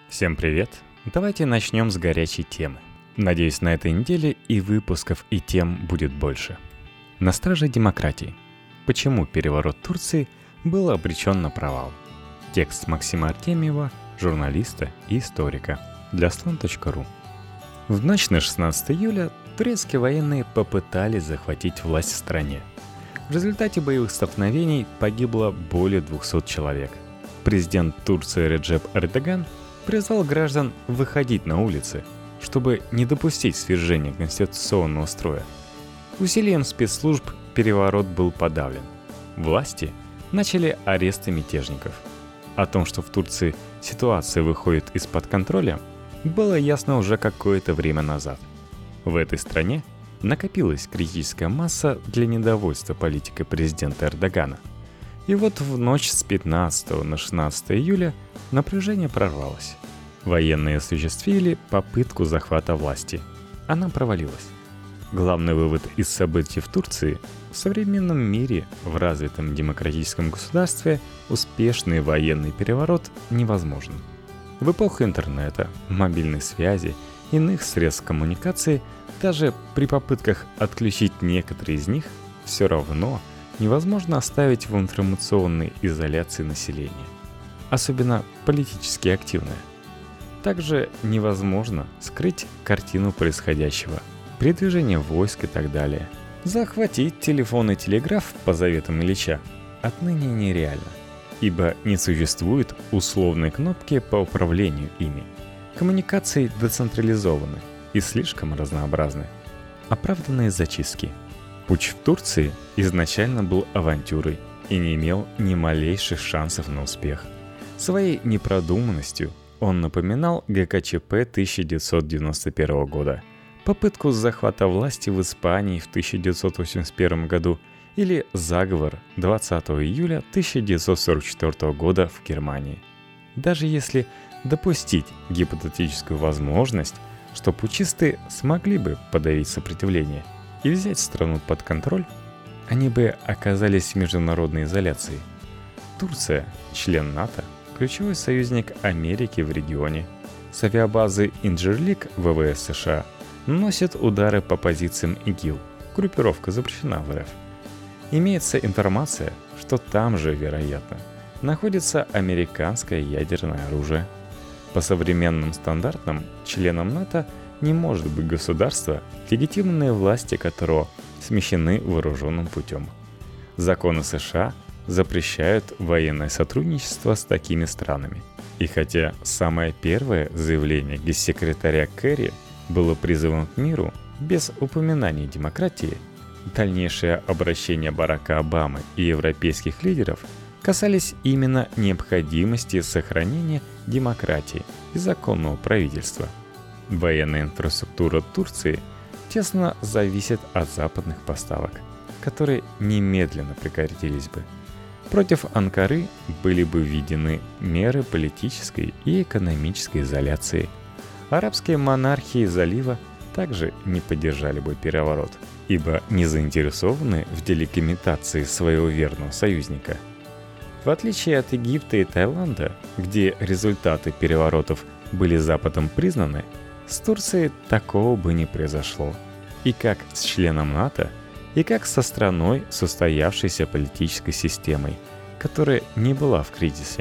Всем привет! Давайте начнем с горячей темы. Надеюсь, на этой неделе и выпусков, и тем будет больше. На страже демократии. Почему переворот Турции был обречен на провал? Текст Максима Артемьева, журналиста и историка, для slon.ru. В ночь на 16 июля турецкие военные попытались захватить власть в стране. В результате боевых столкновений погибло более 200 человек. Президент Турции Реджеп Эрдоган призвал граждан выходить на улицы, чтобы не допустить свержения конституционного строя. Усилием спецслужб переворот был подавлен. Власти начали аресты мятежников. О том, что в Турции ситуация выходит из-под контроля, было ясно уже какое-то время назад. В этой стране накопилась критическая масса для недовольства политикой президента Эрдогана. И вот в ночь с 15 на 16 июля напряжение прорвалось. Военные осуществили попытку захвата власти. Она провалилась. Главный вывод из событий в Турции: в современном мире, в развитом демократическом государстве, успешный военный переворот невозможен. В эпоху интернета, мобильной связи, иных средств коммуникации, даже при попытках отключить некоторые из них, все равно невозможно оставить в информационной изоляции население, особенно политически активное. Также невозможно скрыть картину происходящего, передвижение войск и так далее. Захватить телефон и телеграф по заветам Ильича отныне нереально, ибо не существует условной кнопки по управлению ими. Коммуникации децентрализованы и слишком разнообразны. Оправданные зачистки. Путч в Турции изначально был авантюрой и не имел ни малейших шансов на успех. Своей непродуманностью он напоминал ГКЧП 1991 года, попытку захвата власти в Испании в 1981 году или заговор 20 июля 1944 года в Германии. Даже если допустить гипотетическую возможность, что путчисты смогли бы подавить сопротивление и взять страну под контроль, они бы оказались в международной изоляции. Турция, член НАТО, ключевой союзник Америки в регионе. С авиабазы Инджирлик ВВС США наносит удары по позициям ИГИЛ. Группировка запрещена в РФ. Имеется информация, что там же, вероятно, находится американское ядерное оружие. По современным стандартам, членом НАТО не может быть государство, легитимные власти которого смещены вооруженным путем. Законы США запрещают военное сотрудничество с такими странами. И хотя самое первое заявление госсекретаря Керри было призывом к миру без упоминания демократии, дальнейшее обращение Барака Обамы и европейских лидеров касались именно необходимости сохранения демократии и законного правительства. Военная инфраструктура Турции тесно зависит от западных поставок, которые немедленно прекратились бы. Против Анкары были бы введены меры политической и экономической изоляции. Арабские монархии залива также не поддержали бы переворот, ибо не заинтересованы в делегитимации своего верного союзника. В отличие от Египта и Таиланда, где результаты переворотов были Западом признаны, с Турцией такого бы не произошло. И как с членом НАТО, и как со страной с устоявшейся политической системой, которая не была в кризисе.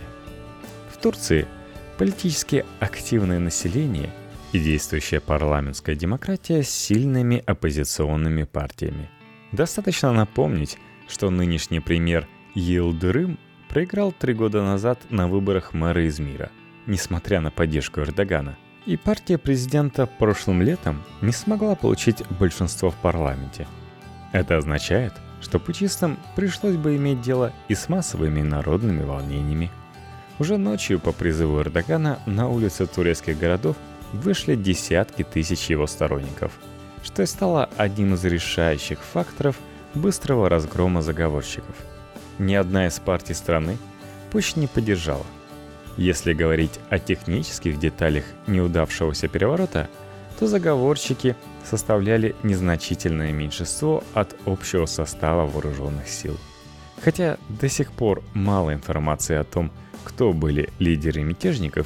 В Турции политически активное население и действующая парламентская демократия с сильными оппозиционными партиями. Достаточно напомнить, что нынешний премьер Йылдырым проиграл 3 года назад на выборах мэра Измира, несмотря на поддержку Эрдогана. И партия президента прошлым летом не смогла получить большинство в парламенте. Это означает, что путчистам пришлось бы иметь дело и с массовыми народными волнениями. Уже ночью по призыву Эрдогана на улицы турецких городов вышли десятки тысяч его сторонников, что и стало одним из решающих факторов быстрого разгрома заговорщиков. Ни одна из партий страны путч не поддержала. Если говорить о технических деталях неудавшегося переворота, то заговорщики составляли незначительное меньшинство от общего состава вооруженных сил. Хотя до сих пор мало информации о том, кто были лидеры мятежников,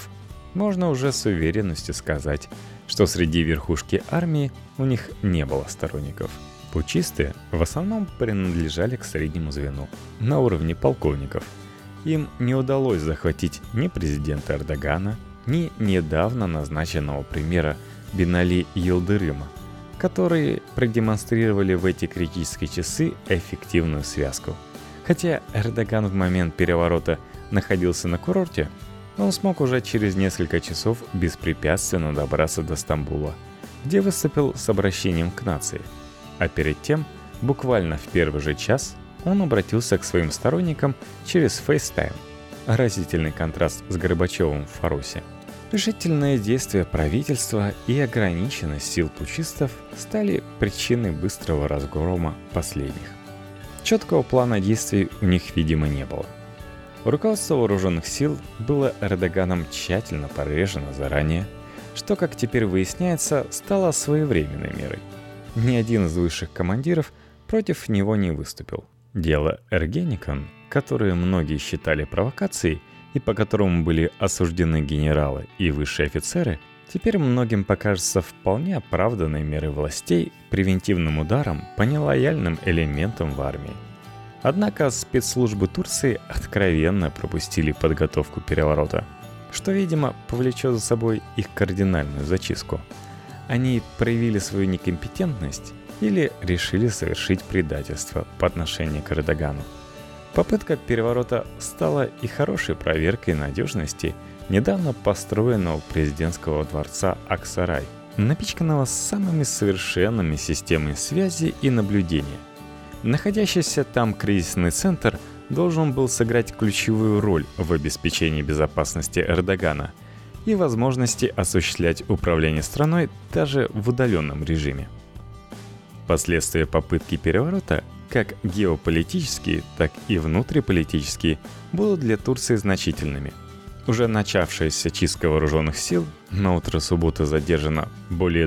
можно уже с уверенностью сказать, что среди верхушки армии у них не было сторонников. Путчисты в основном принадлежали к среднему звену, на уровне полковников. Им не удалось захватить ни президента Эрдогана, ни недавно назначенного премьера Бинали Йылдырыма, которые продемонстрировали в эти критические часы эффективную связку. Хотя Эрдоган в момент переворота находился на курорте, он смог уже через несколько часов беспрепятственно добраться до Стамбула, где выступил с обращением к нации. А перед тем, буквально в первый же час, он обратился к своим сторонникам через FaceTime. Разительный контраст с Горбачевым в Фарусе. Решительные действия правительства и ограниченность сил путчистов стали причиной быстрого разгрома последних. Четкого плана действий у них, видимо, не было. Руководство вооруженных сил было Эрдоганом тщательно прорежено заранее, что, как теперь выясняется, стало своевременной мерой. Ни один из высших командиров против него не выступил. Дело Эргеникон, которое многие считали провокацией и по которому были осуждены генералы и высшие офицеры, теперь многим покажется вполне оправданной мерой властей превентивным ударом по нелояльным элементам в армии. Однако спецслужбы Турции откровенно пропустили подготовку переворота, что, видимо, повлечет за собой их кардинальную зачистку. Они проявили свою некомпетентность или решили совершить предательство по отношению к Эрдогану. Попытка переворота стала и хорошей проверкой надежности недавно построенного президентского дворца Аксарай, напичканного самыми совершенными системами связи и наблюдения. Находящийся там кризисный центр должен был сыграть ключевую роль в обеспечении безопасности Эрдогана и возможности осуществлять управление страной даже в удаленном режиме. Последствия попытки переворота, как геополитические, так и внутриполитические, будут для Турции значительными. Уже начавшаяся чистка вооруженных сил, на утро субботы задержано более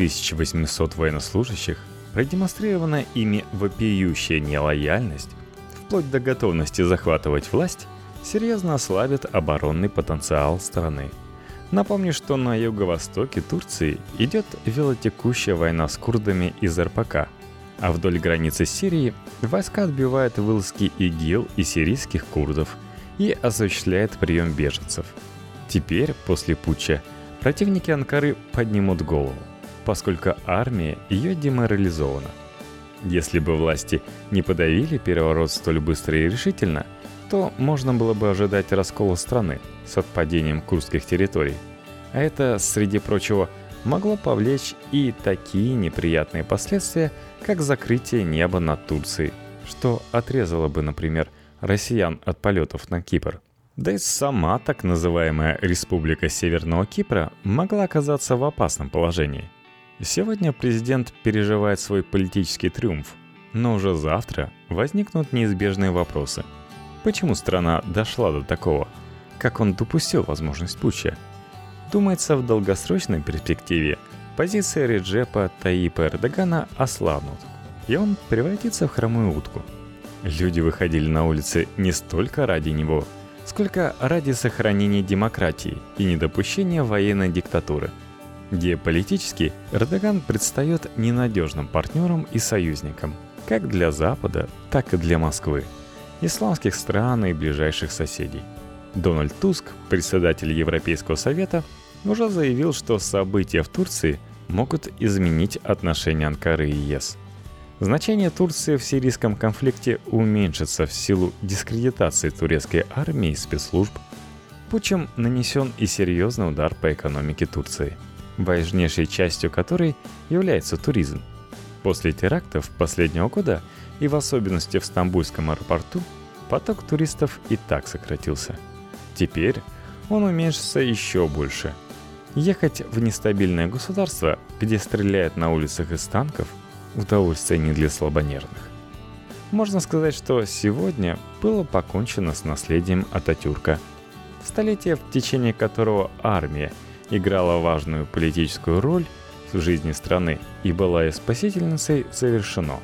2800 военнослужащих, продемонстрированная ими вопиющая нелояльность, вплоть до готовности захватывать власть, серьезно ослабит оборонный потенциал страны. Напомню, что на юго-востоке Турции идет велотекущая война с курдами из РПК, а вдоль границы Сирии войска отбивают вылазки ИГИЛ и сирийских курдов и осуществляют прием беженцев. Теперь, после путча, противники Анкары поднимут голову, поскольку армия ее деморализована. Если бы власти не подавили переворот столь быстро и решительно, то можно было бы ожидать раскола страны с отпадением курдских территорий. А это, среди прочего, могло повлечь и такие неприятные последствия, как закрытие неба над Турцией, что отрезало бы, например, россиян от полетов на Кипр. Да и сама так называемая Республика Северного Кипра могла оказаться в опасном положении. Сегодня президент переживает свой политический триумф, но уже завтра возникнут неизбежные вопросы. Почему страна дошла до такого? Как он допустил возможность путча? Думается, в долгосрочной перспективе позиции Реджепа Таyyипа Эрдогана ослабнут, и он превратится в хромую утку. Люди выходили на улицы не столько ради него, сколько ради сохранения демократии и недопущения военной диктатуры. Геополитически Эрдоган предстает ненадежным партнером и союзником, как для Запада, так и для Москвы, исламских стран и ближайших соседей. Дональд Туск, председатель Европейского совета, уже заявил, что события в Турции могут изменить отношения Анкары и ЕС. Значение Турции в сирийском конфликте уменьшится в силу дискредитации турецкой армии и спецслужб. Путчем нанесен и серьезный удар по экономике Турции, важнейшей частью которой является туризм. После терактов последнего года и в особенности в Стамбульском аэропорту поток туристов и так сократился. Теперь он уменьшится еще больше. Ехать в нестабильное государство, где стреляют на улицах из танков, удовольствие не для слабонервных. Можно сказать, что сегодня было покончено с наследием Ататюрка, столетие, в течение которого армия играла важную политическую роль в жизни страны и была ее спасительницей, завершено.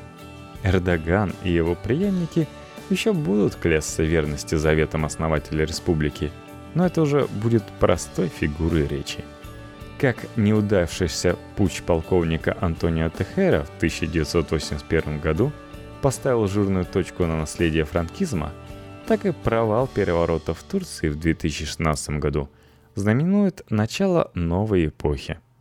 Эрдоган и его преемники еще будут клясться верности заветам основателя республики, но это уже будет простой фигурой речи. Как неудавшийся путч полковника Антонио Техера в 1981 году поставил жирную точку на наследие франкизма, так и провал переворота в Турции в 2016 году знаменует начало новой эпохи.